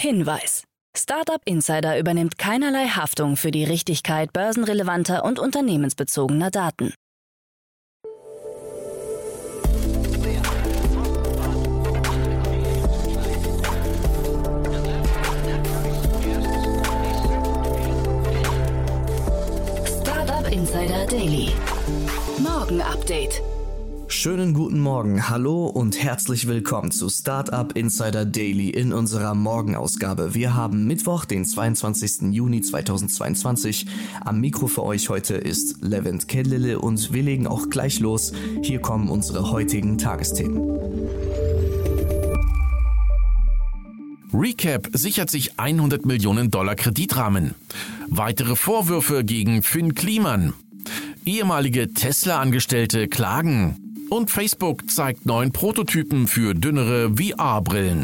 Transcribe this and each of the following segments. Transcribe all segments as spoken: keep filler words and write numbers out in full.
Hinweis: Startup Insider übernimmt keinerlei Haftung für die Richtigkeit börsenrelevanter und unternehmensbezogener Daten. Startup Insider Daily. Morgen Update. Schönen guten Morgen, hallo und herzlich willkommen zu Startup Insider Daily in unserer Morgenausgabe. Wir haben Mittwoch, den zweiundzwanzigsten Juni zweitausendzweiundzwanzig. Am Mikro für euch heute ist Levent Kellele und wir legen auch gleich los. Hier kommen unsere heutigen Tagesthemen. Recap sichert sich hundert Millionen Dollar Kreditrahmen. Weitere Vorwürfe gegen Finn Kliman. Ehemalige Tesla-Angestellte klagen. Und Facebook zeigt neuen Prototypen für dünnere V R-Brillen.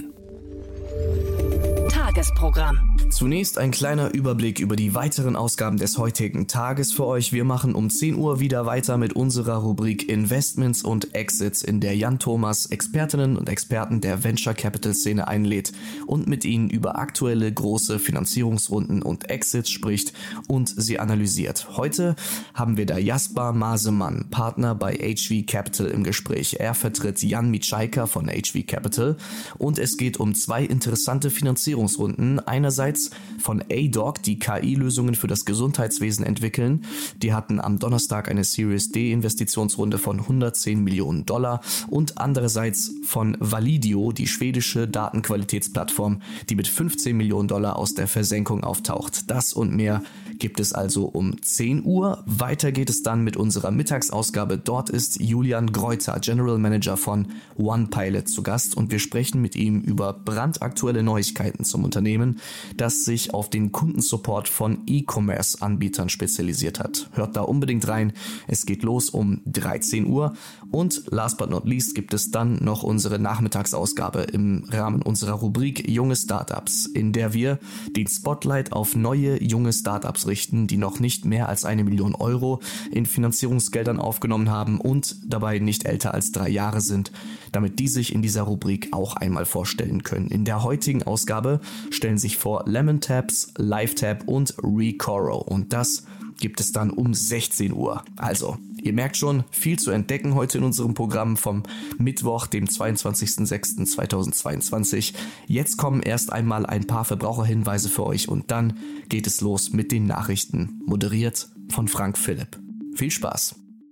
Tagesprogramm. Zunächst ein kleiner Überblick über die weiteren Ausgaben des heutigen Tages für euch. Wir machen um zehn Uhr wieder weiter mit unserer Rubrik Investments und Exits, in der Jan Thomas Expertinnen und Experten der Venture Capital Szene einlädt und mit ihnen über aktuelle große Finanzierungsrunden und Exits spricht und sie analysiert. Heute haben wir da Jasper Masemann, Partner bei H V Capital, im Gespräch. Er vertritt Jan Mitschaika von H V Capital und es geht um zwei interessante Finanzierungsrunden. Einerseits von A-Doc, die K I-Lösungen für das Gesundheitswesen entwickeln. Die hatten am Donnerstag eine Series D Investitionsrunde von hundertzehn Millionen Dollar und andererseits von Validio, die schwedische Datenqualitätsplattform, die mit fünfzehn Millionen Dollar aus der Versenkung auftaucht. Das und mehr gibt es also um zehn Uhr. Weiter geht es dann mit unserer Mittagsausgabe. Dort ist Julian Greuter, General Manager von OnePilot, zu Gast und wir sprechen mit ihm über brandaktuelle Neuigkeiten zum Unternehmen, das sich auf den Kundensupport von E-Commerce-Anbietern spezialisiert hat. Hört da unbedingt rein. Es geht los um dreizehn Uhr und last but not least gibt es dann noch unsere Nachmittagsausgabe im Rahmen unserer Rubrik Junge Startups, in der wir den Spotlight auf neue junge Startups richten, die noch nicht mehr als eine Million Euro in Finanzierungsgeldern aufgenommen haben und dabei nicht älter als drei Jahre sind, damit die sich in dieser Rubrik auch einmal vorstellen können. In der heutigen Ausgabe stellen sich vor Lemontabs, LiveTap und Recoro und das gibt es dann um sechzehn Uhr. Also, ihr merkt schon, viel zu entdecken heute in unserem Programm vom Mittwoch, dem zweiundzwanzigsten sechsten zweitausendzweiundzwanzig. Jetzt kommen erst einmal ein paar Verbraucherhinweise für euch und dann geht es los mit den Nachrichten, moderiert von Frank Philipp. Viel Spaß!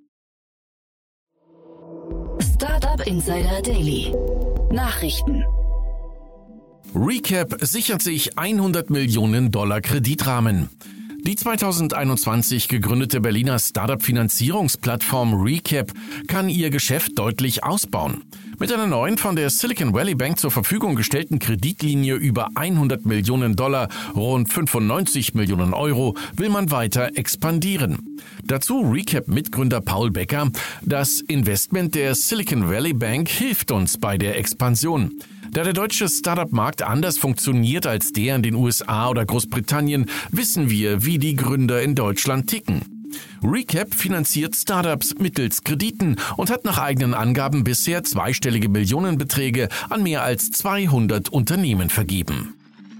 Startup Insider Daily. Nachrichten. Recap sichert sich hundert Millionen Dollar Kreditrahmen. Die zweitausendeinundzwanzig gegründete Berliner Startup-Finanzierungsplattform Recap kann ihr Geschäft deutlich ausbauen. Mit einer neuen von der Silicon Valley Bank zur Verfügung gestellten Kreditlinie über hundert Millionen Dollar, rund fünfundneunzig Millionen Euro, will man weiter expandieren. Dazu Recap-Mitgründer Paul Becker: Das Investment der Silicon Valley Bank hilft uns bei der Expansion. Da der deutsche Startup-Markt anders funktioniert als der in den U S A oder Großbritannien, wissen wir, wie die Gründer in Deutschland ticken. Recap finanziert Startups mittels Krediten und hat nach eigenen Angaben bisher zweistellige Millionenbeträge an mehr als zweihundert Unternehmen vergeben.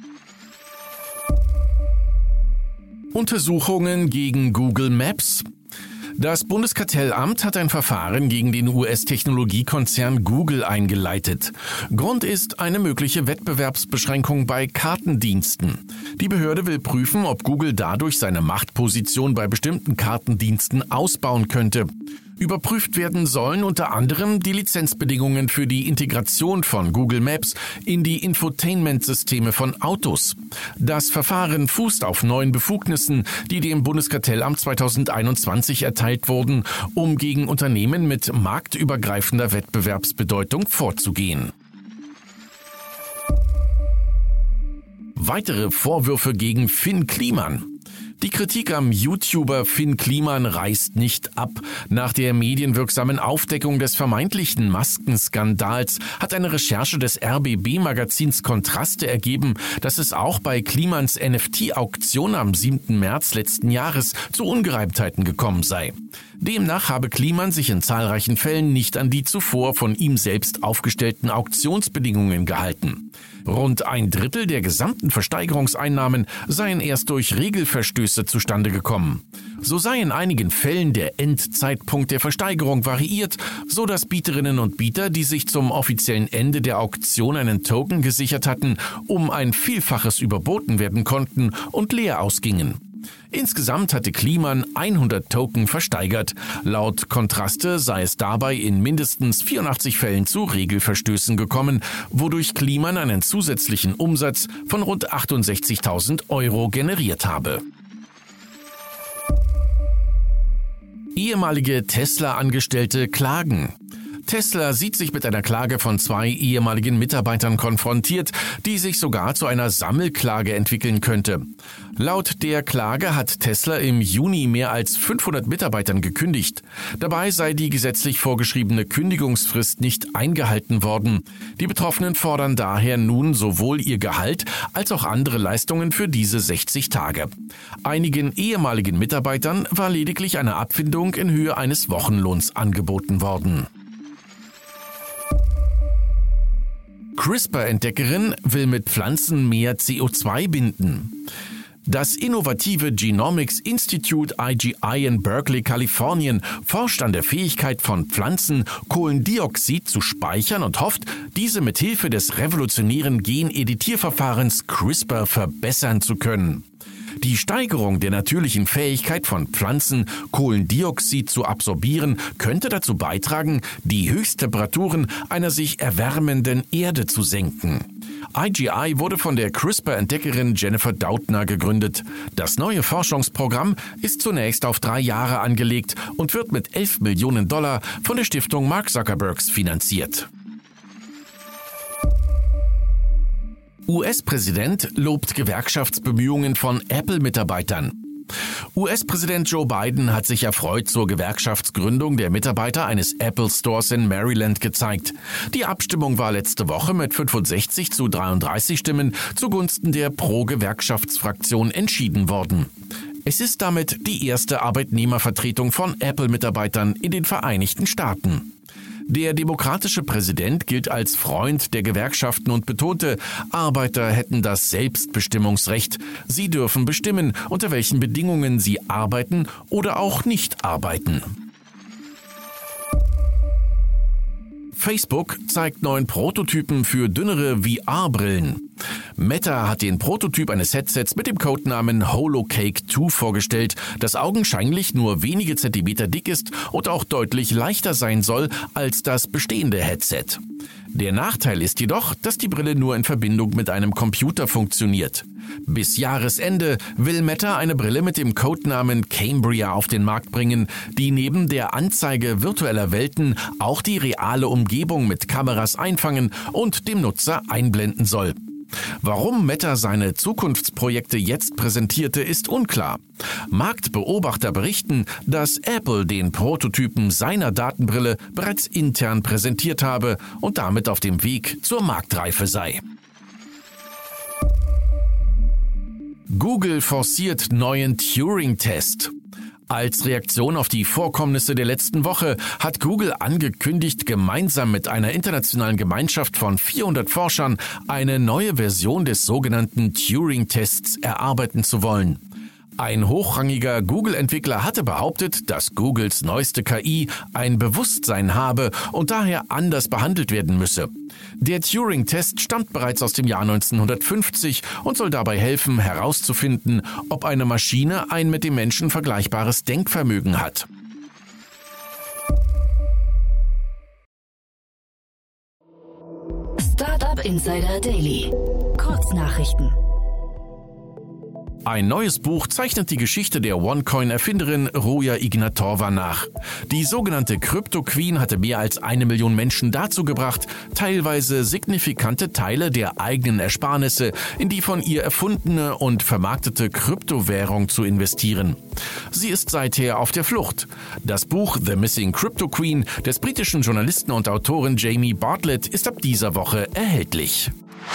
Untersuchungen gegen Google Maps. Das Bundeskartellamt hat ein Verfahren gegen den U S-Technologiekonzern Google eingeleitet. Grund ist eine mögliche Wettbewerbsbeschränkung bei Kartendiensten. Die Behörde will prüfen, ob Google dadurch seine Machtposition bei bestimmten Kartendiensten ausbauen könnte. Überprüft werden sollen unter anderem die Lizenzbedingungen für die Integration von Google Maps in die Infotainment-Systeme von Autos. Das Verfahren fußt auf neuen Befugnissen, die dem Bundeskartellamt zweitausendeinundzwanzig erteilt wurden, um gegen Unternehmen mit marktübergreifender Wettbewerbsbedeutung vorzugehen. Weitere Vorwürfe gegen Finn Kliman. Die Kritik am YouTuber Finn Kliman reißt nicht ab. Nach der medienwirksamen Aufdeckung des vermeintlichen Maskenskandals hat eine Recherche des R B B-Magazins Kontraste ergeben, dass es auch bei Klimans N F T-Auktion am siebten März letzten Jahres zu Ungereimtheiten gekommen sei. Demnach habe Kliman sich in zahlreichen Fällen nicht an die zuvor von ihm selbst aufgestellten Auktionsbedingungen gehalten. Rund ein Drittel der gesamten Versteigerungseinnahmen seien erst durch Regelverstöße zustande gekommen. So sei in einigen Fällen der Endzeitpunkt der Versteigerung variiert, so dass Bieterinnen und Bieter, die sich zum offiziellen Ende der Auktion einen Token gesichert hatten, um ein Vielfaches überboten werden konnten und leer ausgingen. Insgesamt hatte Kliman hundert Token versteigert. Laut Kontraste sei es dabei in mindestens vierundachtzig Fällen zu Regelverstößen gekommen, wodurch Kliman einen zusätzlichen Umsatz von rund achtundsechzigtausend Euro generiert habe. Ehemalige Tesla-Angestellte klagen. Tesla sieht sich mit einer Klage von zwei ehemaligen Mitarbeitern konfrontiert, die sich sogar zu einer Sammelklage entwickeln könnte. Laut der Klage hat Tesla im Juni mehr als fünfhundert Mitarbeitern gekündigt. Dabei sei die gesetzlich vorgeschriebene Kündigungsfrist nicht eingehalten worden. Die Betroffenen fordern daher nun sowohl ihr Gehalt als auch andere Leistungen für diese sechzig Tage. Einigen ehemaligen Mitarbeitern war lediglich eine Abfindung in Höhe eines Wochenlohns angeboten worden. CRISPR-Entdeckerin will mit Pflanzen mehr C O zwei binden. Das innovative Genomics Institute I G I in Berkeley, Kalifornien, forscht an der Fähigkeit von Pflanzen, Kohlendioxid zu speichern und hofft, diese mit Hilfe des revolutionären Geneditierverfahrens CRISPR verbessern zu können. Die Steigerung der natürlichen Fähigkeit von Pflanzen, Kohlendioxid zu absorbieren, könnte dazu beitragen, die Höchsttemperaturen einer sich erwärmenden Erde zu senken. I G I wurde von der CRISPR-Entdeckerin Jennifer Doudna gegründet. Das neue Forschungsprogramm ist zunächst auf drei Jahre angelegt und wird mit elf Millionen Dollar von der Stiftung Mark Zuckerbergs finanziert. U S-Präsident lobt Gewerkschaftsbemühungen von Apple-Mitarbeitern. U S-Präsident Joe Biden hat sich erfreut zur Gewerkschaftsgründung der Mitarbeiter eines Apple Stores in Maryland gezeigt. Die Abstimmung war letzte Woche mit fünfundsechzig zu dreiunddreißig Stimmen zugunsten der Pro-Gewerkschaftsfraktion entschieden worden. Es ist damit die erste Arbeitnehmervertretung von Apple-Mitarbeitern in den Vereinigten Staaten. Der demokratische Präsident gilt als Freund der Gewerkschaften und betonte, Arbeiter hätten das Selbstbestimmungsrecht. Sie dürfen bestimmen, unter welchen Bedingungen sie arbeiten oder auch nicht arbeiten. Facebook zeigt neuen Prototypen für dünnere V R-Brillen. Meta hat den Prototyp eines Headsets mit dem Codenamen Holocake zwei vorgestellt, das augenscheinlich nur wenige Zentimeter dick ist und auch deutlich leichter sein soll als das bestehende Headset. Der Nachteil ist jedoch, dass die Brille nur in Verbindung mit einem Computer funktioniert. Bis Jahresende will Meta eine Brille mit dem Codenamen Cambria auf den Markt bringen, die neben der Anzeige virtueller Welten auch die reale Umgebung mit Kameras einfangen und dem Nutzer einblenden soll. Warum Meta seine Zukunftsprojekte jetzt präsentierte, ist unklar. Marktbeobachter berichten, dass Apple den Prototypen seiner Datenbrille bereits intern präsentiert habe und damit auf dem Weg zur Marktreife sei. Google forciert neuen Turing-Test. Als Reaktion auf die Vorkommnisse der letzten Woche hat Google angekündigt, gemeinsam mit einer internationalen Gemeinschaft von vierhundert Forschern eine neue Version des sogenannten Turing-Tests erarbeiten zu wollen. Ein hochrangiger Google-Entwickler hatte behauptet, dass Googles neueste K I ein Bewusstsein habe und daher anders behandelt werden müsse. Der Turing-Test stammt bereits aus dem Jahr neunzehnhundertfünfzig und soll dabei helfen, herauszufinden, ob eine Maschine ein mit dem Menschen vergleichbares Denkvermögen hat. Startup Insider Daily. Kurznachrichten. Ein neues Buch zeichnet die Geschichte der OneCoin-Erfinderin Ruja Ignatova nach. Die sogenannte Crypto Queen hatte mehr als eine Million Menschen dazu gebracht, teilweise signifikante Teile der eigenen Ersparnisse in die von ihr erfundene und vermarktete Kryptowährung zu investieren. Sie ist seither auf der Flucht. Das Buch The Missing Crypto Queen des britischen Journalisten und Autoren Jamie Bartlett ist ab dieser Woche erhältlich.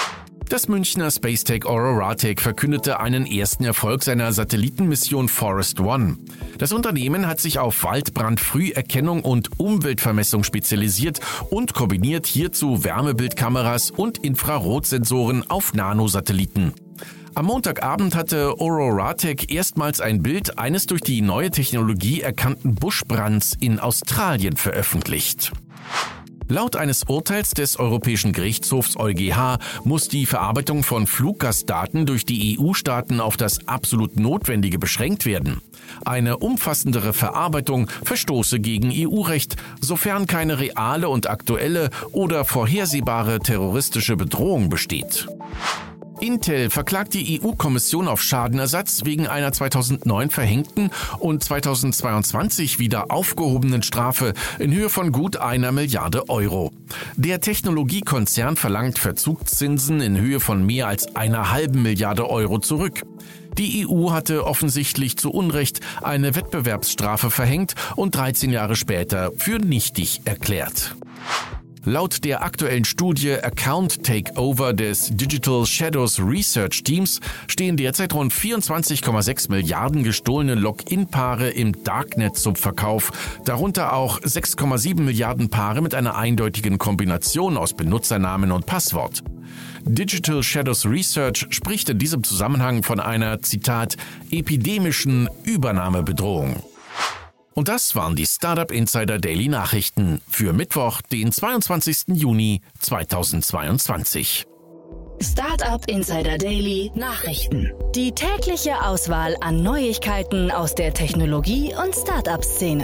Das Münchner Spacetech Ororatech verkündete einen ersten Erfolg seiner Satellitenmission Forest One. Das Unternehmen hat sich auf Waldbrandfrüherkennung und Umweltvermessung spezialisiert und kombiniert hierzu Wärmebildkameras und Infrarotsensoren auf Nanosatelliten. Am Montagabend hatte Ororatech erstmals ein Bild eines durch die neue Technologie erkannten Buschbrands in Australien veröffentlicht. Laut eines Urteils des Europäischen Gerichtshofs EuGH muss die Verarbeitung von Fluggastdaten durch die E U-Staaten auf das absolut Notwendige beschränkt werden. Eine umfassendere Verarbeitung verstoße gegen E U-Recht, sofern keine reale und aktuelle oder vorhersehbare terroristische Bedrohung besteht. Intel verklagt die E U-Kommission auf Schadenersatz wegen einer zweitausendneun verhängten und zweitausendzweiundzwanzig wieder aufgehobenen Strafe in Höhe von gut einer Milliarde Euro. Der Technologiekonzern verlangt Verzugszinsen in Höhe von mehr als einer halben Milliarde Euro zurück. Die E U hatte offensichtlich zu Unrecht eine Wettbewerbsstrafe verhängt und dreizehn Jahre später für nichtig erklärt. Laut der aktuellen Studie Account Takeover des Digital Shadows Research Teams stehen derzeit rund vierundzwanzig Komma sechs Milliarden gestohlene Login-Paare im Darknet zum Verkauf, darunter auch sechs Komma sieben Milliarden Paare mit einer eindeutigen Kombination aus Benutzernamen und Passwort. Digital Shadows Research spricht in diesem Zusammenhang von einer, Zitat, epidemischen Übernahmebedrohung. Und das waren die Startup Insider Daily Nachrichten für Mittwoch, den zweiundzwanzigsten Juni zweitausendzweiundzwanzig. Startup Insider Daily Nachrichten. Die tägliche Auswahl an Neuigkeiten aus der Technologie- und Startup-Szene.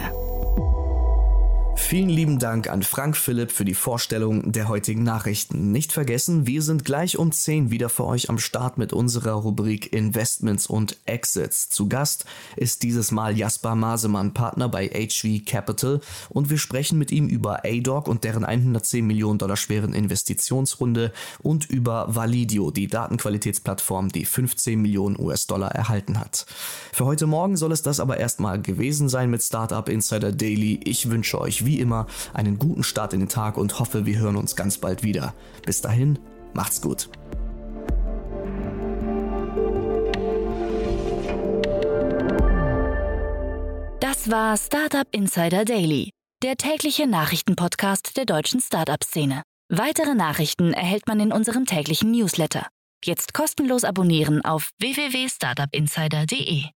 Vielen lieben Dank an Frank Philipp für die Vorstellung der heutigen Nachrichten. Nicht vergessen, wir sind gleich um zehn wieder für euch am Start mit unserer Rubrik Investments und Exits. Zu Gast ist dieses Mal Jasper Masemann, Partner bei H V Capital, und wir sprechen mit ihm über A D O C und deren hundertzehn Millionen Dollar schweren Investitionsrunde und über Validio, die Datenqualitätsplattform, die fünfzehn Millionen U S Dollar erhalten hat. Für heute Morgen soll es das aber erstmal gewesen sein mit Startup Insider Daily. Ich wünsche euch wie immer einen guten Start in den Tag und hoffe, wir hören uns ganz bald wieder. Bis dahin, macht's gut. Das war Startup Insider Daily, der tägliche Nachrichtenpodcast der deutschen Startup-Szene. Weitere Nachrichten erhält man in unserem täglichen Newsletter. Jetzt kostenlos abonnieren auf w w w punkt startup insider punkt d e.